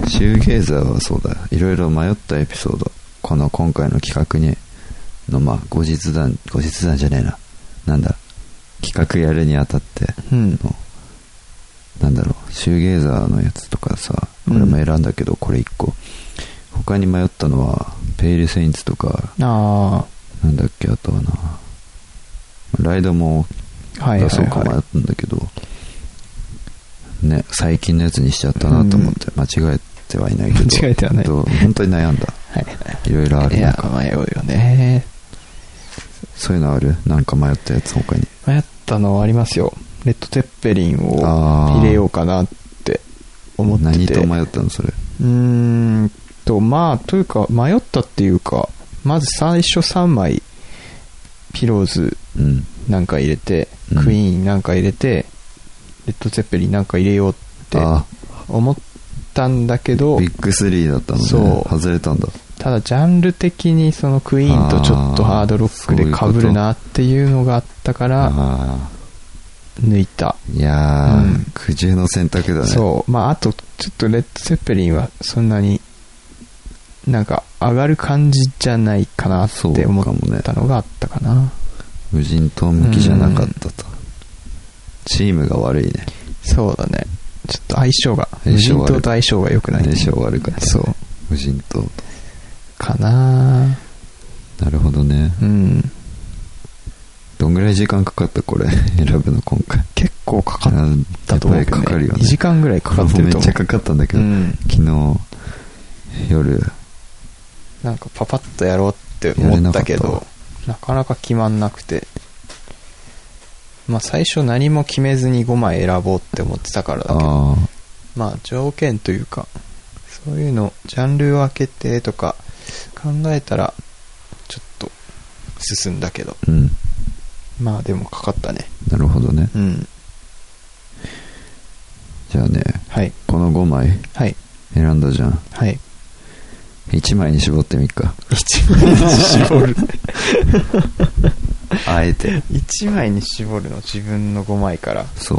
シューゲイザーはそうだ。いろいろ迷ったエピソード。今回の企画にのまあ後日談じゃねえな。なんだ。企画やるにあたっての、なんだろう、シューゲイザーのやつとかさ、これも選んだけど、これ1個。他に迷ったのはペイルセインツとか、なんだっけ、あとはなライドも出そうか迷ったんだけど、ね、最近のやつにしちゃったなと思って、間違えてはいないけど、 間違えてはない、 本当に悩んだ。いろいろある。 いや、迷うよね。 そういうのある？なんか迷ったやつ他に。 迷ったのはありますよ。レッドテッペリンを入れようかなって思ってて。 何と迷ったのそれ？ まあというか迷ったっていうか、 まず最初3枚ピローズなんか入れて、クイーンなんか入れて、レッド・ゼッペリンなんか入れようって思ったんだけど、 ビッグ3だったのね。 そう外れたんだ。 ただジャンル的にそのクイーンとちょっとハードロックで被るなっていうのがあったから抜いた。 いやー、苦渋の選択だね。 そう。まああとちょっとレッド・ゼッペリンはそんなになんか上がる感じじゃないかなって思ったのがあったかな。 無人島向きじゃなかったと。チームが悪いね。 そうだね。ちょっと相性が無人島と相性が良くない、ね。 相性悪かった、ね。 そう。 無人島と。 かな。 なるほどね。 うん。 どんぐらい時間かかったこれ選ぶの今回。 結構かかったと思うけど、ね、 かかるよね。 2時間ぐらいかかってると思う。 めっちゃかかったんだけど、昨日夜なんかパパッとやろうって思ったけど、なかなか決まんなくて、まあ最初何も決めずに5枚選ぼうって思ってたからだけど、まあ条件というかそういうのジャンル分けてとか考えたらちょっと進んだけど、まあでもかかったね。 なるほどね。じゃあね、 はい、 この5枚選んだじゃん。 はい。 1枚に絞ってみっか。 1枚に絞るあえて 1枚に絞るの、自分の5枚から。 そう。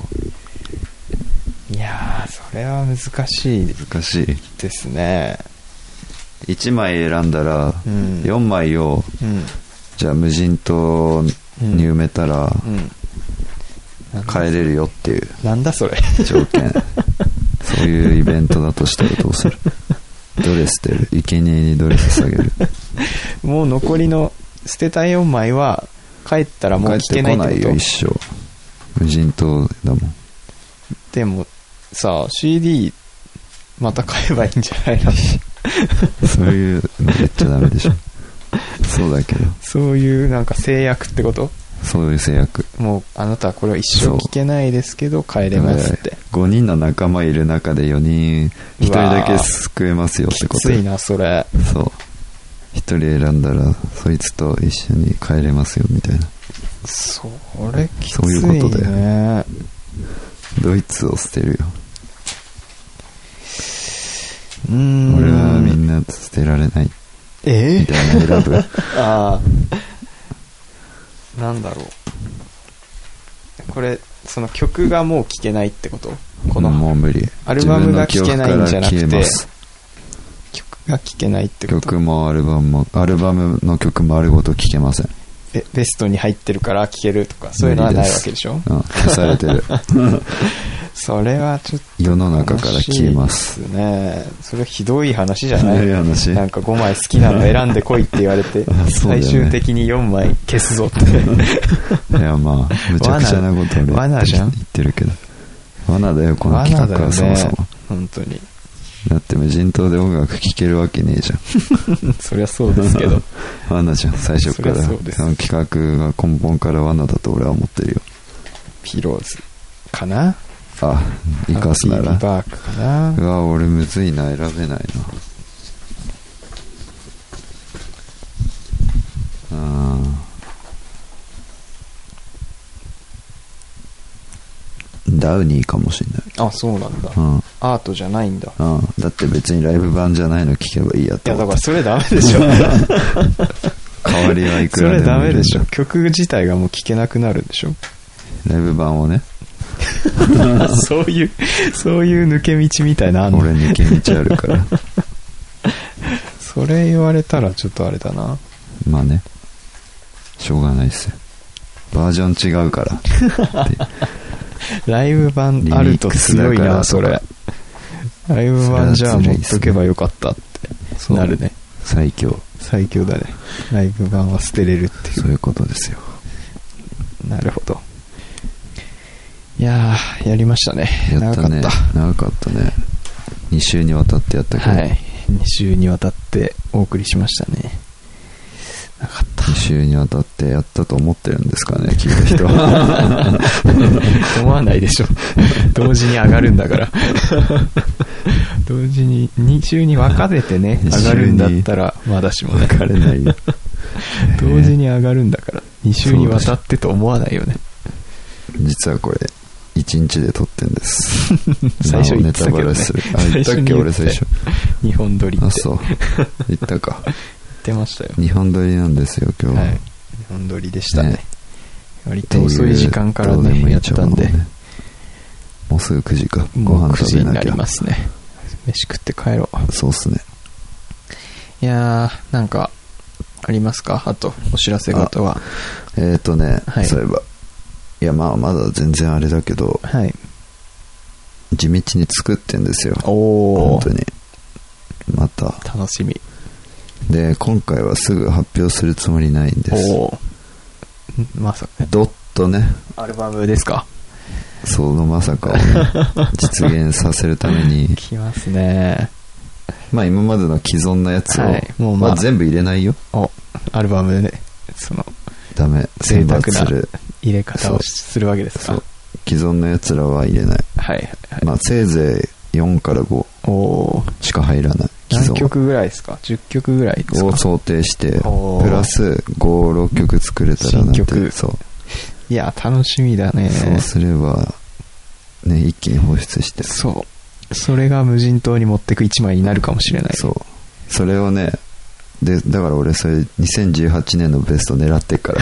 いやー、それは難しいですね。 1枚選んだら、4枚を、じゃあ無人島に埋めたら、帰れるよっていう。 なんだそれ条件。そういうイベントだとしたらどうする？ドレスで生贄にドレス下げる。 もう残りの捨てた4枚は帰ったらもう聞けないってこと？ 帰ってこないよ一生。無人島だもん。 でもさ、 CD また買えばいいんじゃないの？ そういうの言っちゃダメでしょ。そうだけど、 そういうなんか制約ってこと？ そういう制約。 もうあなたはこれは一生聞けないですけど帰れますって。 5人の仲間いる中で4人1人だけ救えますよってこと。 きついなそれ。 そう、1人選んだらそいつと一緒に帰れますよみたいな。 それきついね。 そういうことだよ。ドイツを捨てるよ。俺はみんな捨てられないみたいな選ぶ。 ああ、なんだろう、これその曲がもう聴けないってこと？このもう無理。 アルバムが聴けないんじゃなくて曲が聴けないってこと？ 曲もアルバムの曲丸ごと聴けません。 ベストに入ってるから聴けるとかそういうのはないわけでしょ？ 消されてる。 それはちょっと世の中から消えますね。それひどい話じゃない？ ひどい話。 なんか5枚好きなの選んでこいって言われて、最終的に4枚消すぞって。 いやまあむちゃくちゃなこと俺罠じゃん。 言ってるけど、罠だよこの企画は。そもそも本当に。 だって無人島で音楽聴けるわけねえじゃん。 そりゃそうですけど。 罠じゃん最初から。その企画が根本から罠だと俺は思ってるよ。 ピローズかな。 生かすなら。 ビバークかな。 うわ俺むずいな、選べないな。ダウニーかもしんない。 そうなんだ。アートじゃないんだ。 だって別にライブ版じゃないの聴けばいいやと。 いやだからそれダメでしょ。 代わりはいくらでも。 それダメでしょ。曲自体がもう聴けなくなるんでしょ。 ライブ版をね。 そういう抜け道みたいなあんの？ 俺抜け道あるから。 それ言われたらちょっとあれだな。 まあね、しょうがないっすよ。バージョン違うから。 ライブ版あると強いなそれ。ライブ版じゃあ持っとけばよかったってなるね。 最強だね。ライブ版は捨てれるっていう。 そういうことですよ。 なるほど。いやー、やりましたね。 やったね。長かったね。2週にわたってやったけど。 はい。2週にわたってお送りしましたね。なかった。 2週にわたってやったと思ってるんですかね、聞いた人は。 思わないでしょ。同時に上がるんだから。 同時に2週に分かれてね上がるんだったらまだしもね分かれないよ同時に上がるんだから2週にわたってと思わないよね。 実はこれ1日で撮ってんです最初言ってたけどね。 ネタバラする。あ、言ったっけ俺最初。 2本撮りってあ、そう言ったか。 言ってましたよ。 2本撮りなんですよ今日は。 はい、2本撮りでしたね。 ね、 割と遅い時間からねやったんで、 もうすぐ9時か。 もう9 ご飯食時になりべなきゃ。 ますね。飯食って帰ろう。 そうっすね。 いやー、なんかありますか？あとお知らせ事は。 はい、そういえば、いやまあまだ全然あれだけど、 はい、 地道に作ってんですよ。 おー、 本当にまた楽しみで、今回はすぐ発表するつもりないんです。 おー、まさかドットね、 アルバムですか？ そのまさかを、ね、実現させるためにきますね。 まあ今までの既存のやつを、 はい、もうまあ、全部入れないよ。 お、アルバムでね、そのダメ、 贅沢な選抜する入れ方をするわけですか？ そう、既存のやつらは入れない。 はいはいはい。 まあせいぜい4から5 おしか入らない。 何曲ぐらいですか？10曲ぐらいですか？ を想定してプおーラス5、6曲作れたらなんて。 新曲。 そう、 いや楽しみだね。 そうすればね、一気に放出して、 そうそれが無人島に持ってく一枚になるかもしれない。 そう、それをね、でだから俺それ2018年のベスト狙ってっから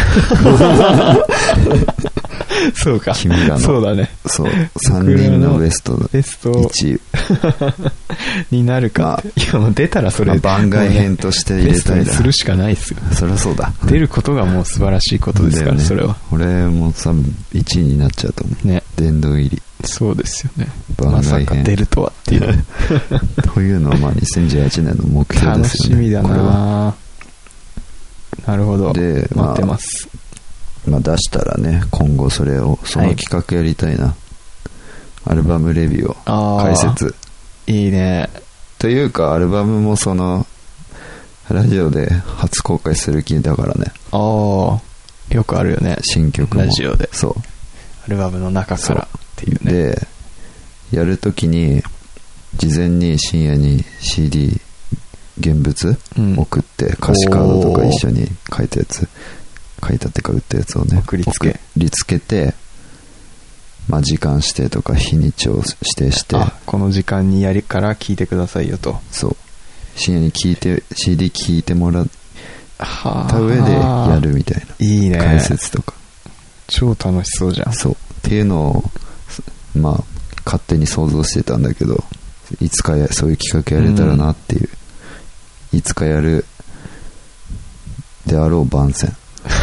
そうか、 君らのそうだね、 そう3人のベスト1位になるかって、いやもう出たらそれ、 まあ、番外編として入れたいベストにするしかないですよ。 そりゃそうだ、 出ることがもう素晴らしいことですから、 ね、 それは俺も多分1位になっちゃうと思うね。 殿堂入り。 そうですよね。 番外編まさか出るとはっていうというのはまあ2018年の目標ですよね。 楽しみだな。なるほど。 で、 待ってます。 まあ出したらね、今後その企画やりたいな、はい、アルバムレビューを解説。 いいね。 というかアルバムもそのラジオで初公開する気だからね。 ああ、よくあるよね、 新曲もラジオで。 そう、 アルバムの中からっていうね。 でやるときに事前に深夜に CD 現物送って、歌詞カードとか一緒に書いたやつ、書いたってか売ったやつをね、 送りつけて、まあ時間指定とか日にちを指定して、 この時間にやるから聞いてくださいよと。 そう、深夜に聞いて CD 聞いてもらった上でやるみたいな。 いいね。 解説とか超楽しそうじゃん。 そうっていうのをまあ勝手に想像してたんだけど、いつかそういう企画やれたらなっていう、いつかやるであろう番宣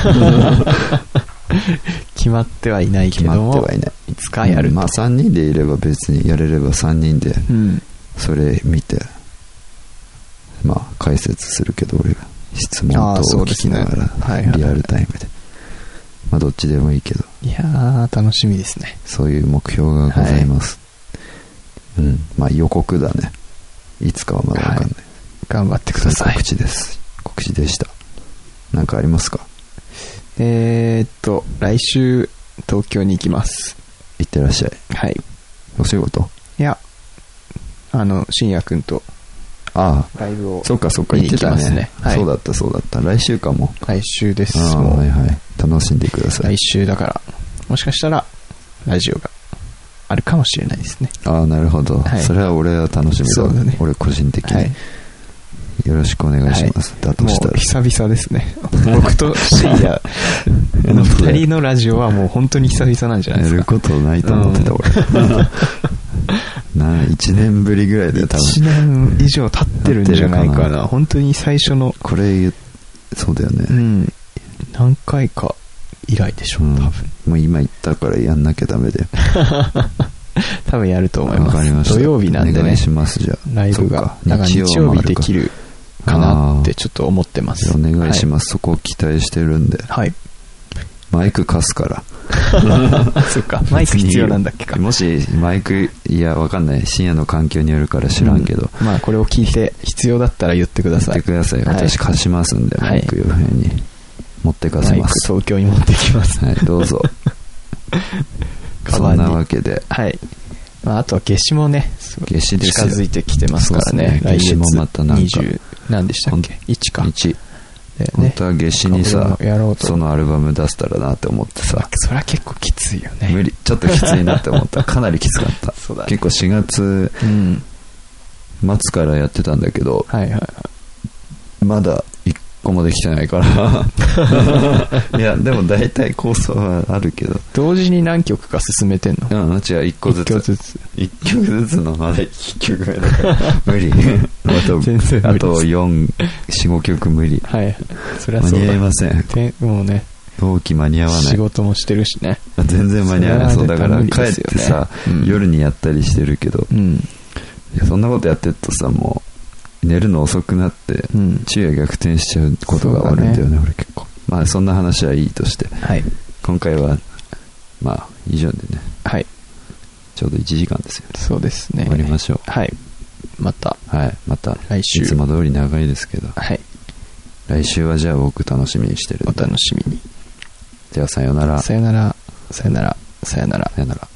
決まってはいないけども、 決まってはいない、 いつかやると、 まあ3人でいれば別にやれれば3人でそれ見て、まあ解説するけど、俺が質問等を聞きながらリアルタイムで、まあどっちでもいいけど、 いやー楽しみですね。 そういう目標がございます、はい、まあ予告だね。いつかはまだ分かんない、はい、 頑張ってください。 告知です。告知でした。なんかありますか？ 来週東京に行きます。 行ってらっしゃい。 はい。 お仕事？ いや、深夜くんとライブを、 そうかそうか、行ってたね、はい、そうだった来週かも。 来週です。もう、 はいはい、楽しんでください。 来週だから、もしかしたらラジオがあるかもしれないですね。 なるほど、はい、それは俺は楽しみだ。 そうだね、 俺個人的に、はい、よろしくお願いします、はい、だとしたらもう久々ですね僕と深夜の2人のラジオはもう本当に久々なんじゃないですか。 やることないと思ってた、俺1年ぶりぐらいで多分 1年以上経ってるんじゃないかな。本当に最初のこれそうだよね、 何回か以来でしょう、多分。 もう今言ったからやんなきゃダメで多分やると思います。 わかりました。 土曜日なんでね、お願いします。じゃあライブがだから日曜日できるかなってちょっと思ってます。 お願いします、はい、そこを期待してるんで。 はい。 マイク貸すからそっか、マイク必要なんだっけか。 もしマイク、いやわかんない、深夜の環境によるから知らんけど、 まあこれを聞いて必要だったら言ってください。 言ってください。私貸しますんで、マイク用編に持ってかせます。 マイク東京に持ってきます。 はい、どうぞそんなわけで、 はい、 まあ、あとは夏至もね、 夏至ですよ。 近づいてきてますからね。 そうですね。夏至もまたなんか 20何でしたっけ、1か。 1。 ね、 本当は夏至にさ、そのアルバム出せたらなって思ってさ。 それは結構きついよね。 無理。ちょっときついなって思った。かなりきつかった。 そうだね、 結構4月末からやってたんだけど、 はいはいはい。 まだ1個もできてないからいやでも大体構想はあるけど、 同時に何曲か進めてんの？ うん、違う、1個ずつ1曲ずつのまだ1曲目だから無理全然無理。 あと4,5曲無理。 はい、それはそうだ。 間に合いません。 もうね、 同期間に合わない。 仕事もしてるしね。 全然間に合わない。そうだから帰ってさ、夜にやったりしてるけど、いやそんなことやってるとさ、もう寝るの遅くなって、昼夜逆転しちゃうことがあるんだよね、俺結構。まあそんな話はいいとして、 はい、 今回はまあ以上でね、 はい、 ちょうど1時間ですよ。 そうですね。 終わりましょう。 はい。また来週。いつも通り長いですけど、 はい。 来週はじゃあ僕楽しみにしてるんで。 お楽しみに。 じゃあさよなら。 さよなら。さよなら。さよなら。 さよなら。